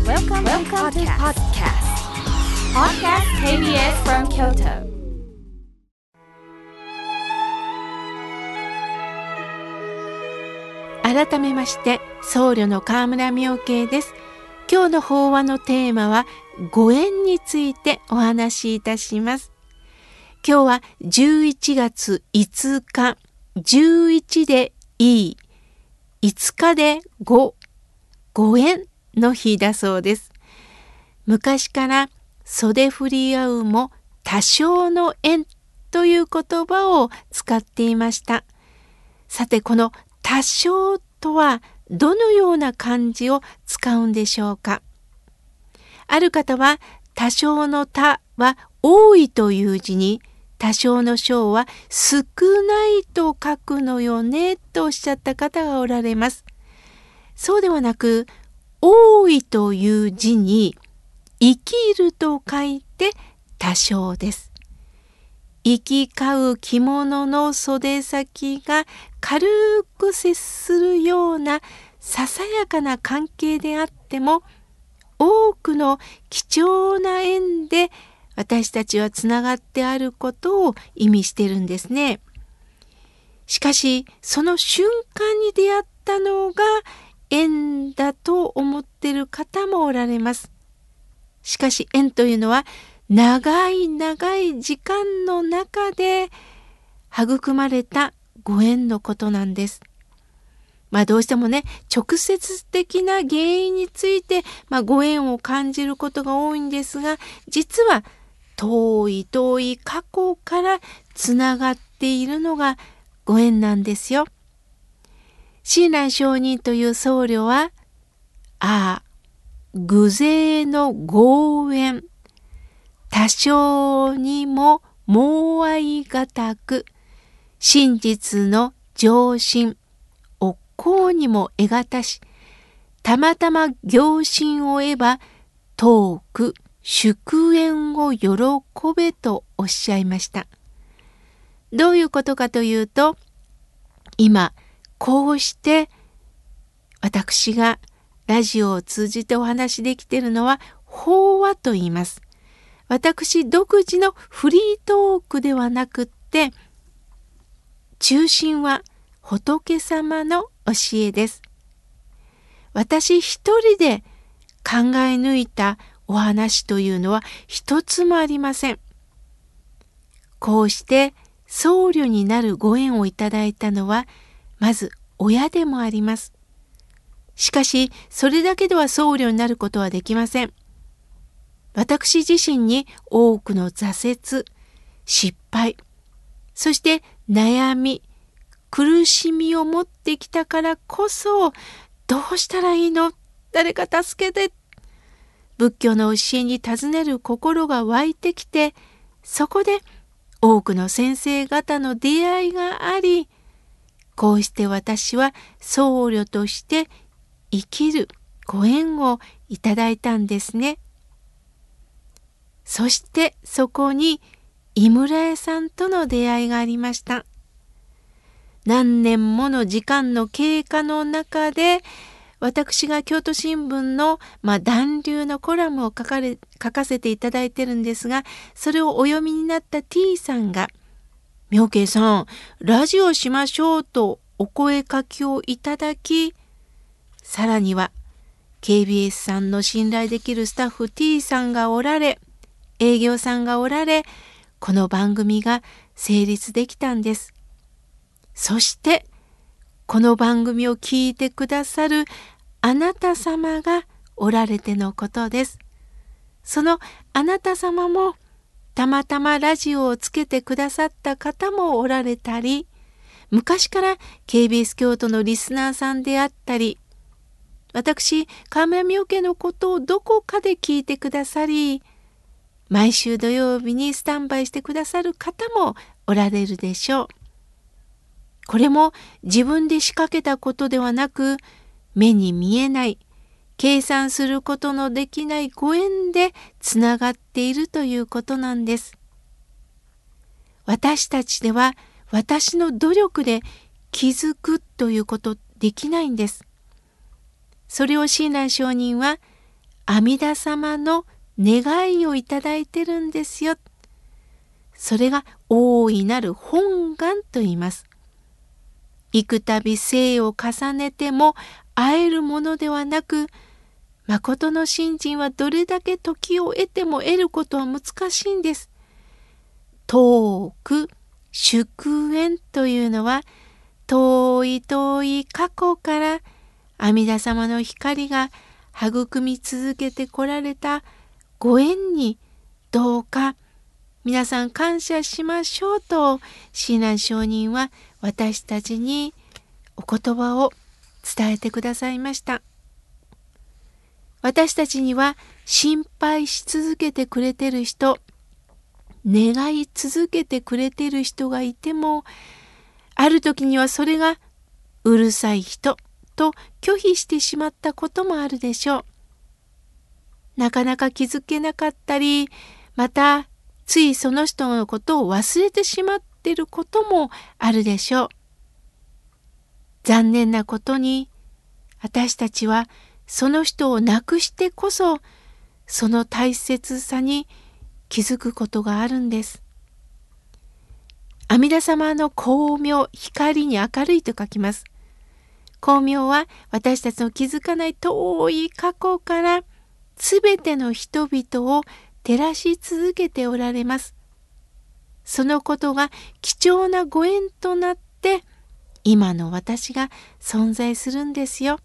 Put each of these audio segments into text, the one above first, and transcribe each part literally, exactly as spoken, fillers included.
Welcome, Welcome to podcast. Podcast ケービーエス from Kyoto. 改めまして僧侶の河村妙慶です。今日の法話のテーマはご縁についてお話しいたします。今日はじゅういちがついつか、じゅういちでいい、いつかでご、ご縁の日だそうです。昔から袖振り合うも多少の縁という言葉を使っていました。さて、この多少とはどのような漢字を使うんでしょうか。ある方は多少の多は多いという字に、多少の少は少ないと書くのよねとおっしゃった方がおられます。そうではなく、多いという字に生きると書いて多少です。行き交う着物の袖先が軽く接するようなささやかな関係であっても、多くの貴重な縁で私たちはつながってあることを意味しているんですね。しかし、その瞬間に出会ったのが縁だと思っている方もおられます。しかし、縁というのは長い長い時間の中で育まれたご縁のことなんです。まあどうしてもね、直接的な原因について、まあ、ご縁を感じることが多いんですが、実は遠い遠い過去からつながっているのがご縁なんですよ。親鸞上人という僧侶は、ああ、偶然のご縁、多少にも網合がたく、真実の上心、おっこうにも得がたし、たまたま行心を得ば、遠く祝宴を喜べとおっしゃいました。どういうことかというと、今、こうして私がラジオを通じてお話できているのは法話と言います。私独自のフリートークではなくって、中心は仏様の教えです。私一人で考え抜いたお話というのは一つもありません。こうして僧侶になるご縁をいただいたのは、まず親でもあります。しかし、それだけでは僧侶になることはできません。私自身に多くの挫折、失敗、そして悩み、苦しみを持ってきたからこそ、どうしたらいいの？誰か助けて。仏教の教えに尋ねる心が湧いてきて、そこで多くの先生方の出会いがあり、こうして私は僧侶として生きるご縁をいただいたんですね。そしてそこに井村屋さんとの出会いがありました。何年もの時間の経過の中で、私が京都新聞の、まあ、暖流のコラムを書かれ、書かせていただいてるんですが、それをお読みになった T さんが、妙慶さん、ラジオしましょうとお声かけをいただき、さらには ケービーエス さんの信頼できるスタッフ T さんがおられ、営業さんがおられ、この番組が成立できたんです。そして、この番組を聞いてくださるあなた様がおられてのことです。そのあなた様も、たまたまラジオをつけてくださった方もおられたり、昔から ケービーエス 京都のリスナーさんであったり、私、河村妙慶のことをどこかで聞いてくださり、毎週土曜日にスタンバイしてくださる方もおられるでしょう。これも自分で仕掛けたことではなく、目に見えない、計算することのできないご縁でつながっているということなんです。私たちでは私の努力で気づくということできないんです。それを親鸞上人は、 阿弥陀様の願いをいただいてるんですよ。それが大いなる本願と言います。幾度生を重ねても会えるものではなく、誠の信心はどれだけ時を得ても得ることは難しいんです。遠く祝縁というのは、遠い遠い過去から阿弥陀様の光が育み続けてこられたご縁に、どうか皆さん感謝しましょうと、親鸞上人は私たちにお言葉を伝えてくださいました。私たちには心配し続けてくれてる人、願い続けてくれてる人がいても、ある時にはそれがうるさい人と拒否してしまったこともあるでしょう。なかなか気づけなかったり、またついその人のことを忘れてしまっていることもあるでしょう。残念なことに、私たちはその人を亡くしてこそ、その大切さに気づくことがあるんです。阿弥陀様の光明、光に明るいと書きます。光明は私たちの気づかない遠い過去からすべての人々を照らし続けておられます。そのことが貴重なご縁となって今の私が存在するんですよ。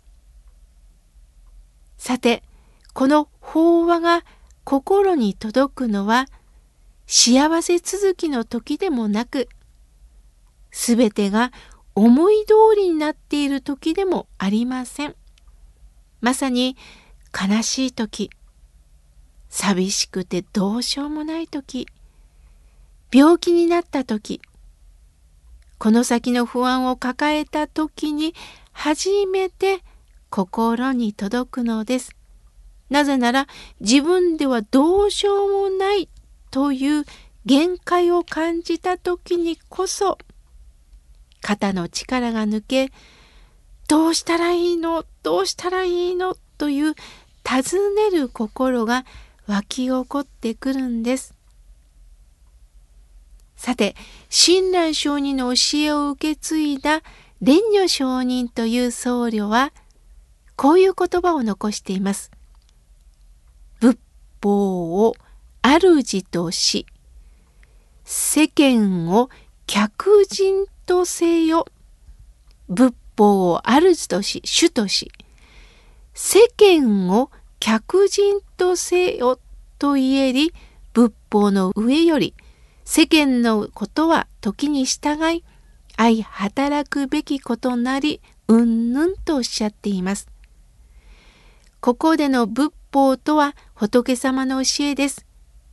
さて、この法話が心に届くのは幸せ続きの時でもなく、すべてが思い通りになっている時でもありません。まさに悲しい時、寂しくてどうしようもない時、病気になった時、この先の不安を抱えた時に初めて心に届くのです。なぜなら自分ではどうしようもないという限界を感じた時にこそ、肩の力が抜け、どうしたらいいのどうしたらいいのという尋ねる心が湧き起こってくるんです。さて、親鸞上人の教えを受け継いだ蓮如上人という僧侶は、こういう言葉を残しています。仏法を主とし、世間を客人とせよ。仏法を主とし、主とし、世間を客人とせよと言えり、仏法の上より世間のことは時に従い、相働くべきことなり、うんぬんとおっしゃっています。ここでの仏法とは仏様の教えです。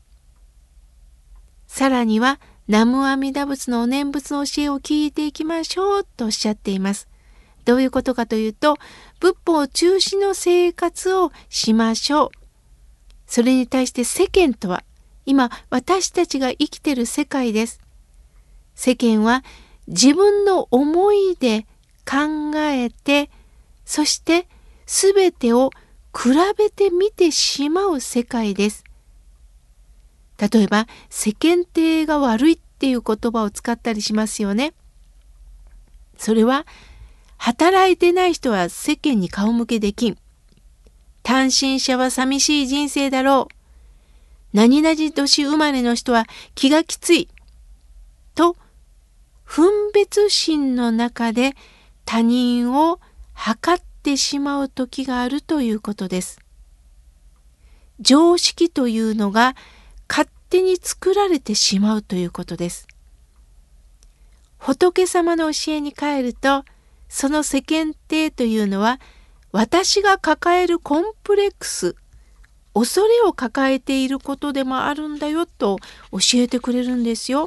さらには、南無阿弥陀仏のお念仏の教えを聞いていきましょうとおっしゃっています。どういうことかというと、仏法中心の生活をしましょう。それに対して世間とは、今私たちが生きている世界です。世間は自分の思いで考えて、そしてすべてを比べてみてしまう世界です。例えば、世間体が悪いっていう言葉を使ったりしますよね。それは、働いてない人は世間に顔向けできん。単身者は寂しい人生だろう。何々年生まれの人は気がきつい。と、分別心の中で他人を測ってしまう時があるということです。常識というのが勝手に作られてしまうということです。仏様の教えに帰ると、その世間体というのは、私が抱えるコンプレックス、恐れを抱えていることでもあるんだよと教えてくれるんですよ。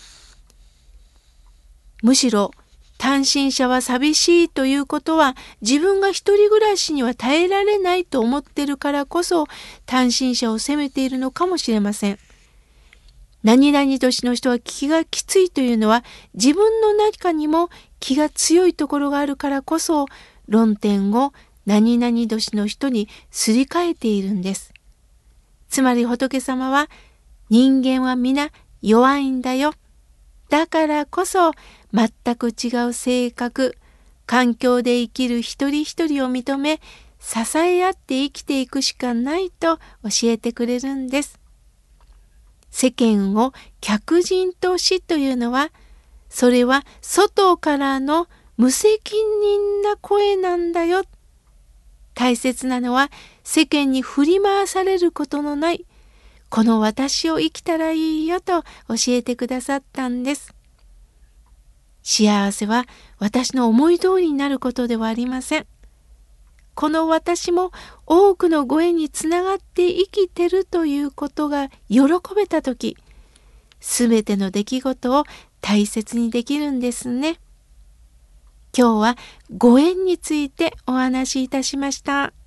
むしろ単身者は寂しいということは、自分が一人暮らしには耐えられないと思っているからこそ単身者を責めているのかもしれません。何々年の人は気がきついというのは、自分の中にも気が強いところがあるからこそ論点を何々年の人にすり替えているんです。つまり仏様は、人間は皆弱いんだよ。だからこそ全く違う性格、環境で生きる一人一人を認め、支え合って生きていくしかないと教えてくれるんです。世間を客人としというのは、それは外からの無責任な声なんだよ。大切なのは世間に振り回されることのない、この私を生きたらいいよと教えてくださったんです。幸せは私の思い通りになることではありません。この私も多くのご縁につながって生きてるということが喜べたとき、すべての出来事を大切にできるんですね。今日はご縁についてお話しいたしました。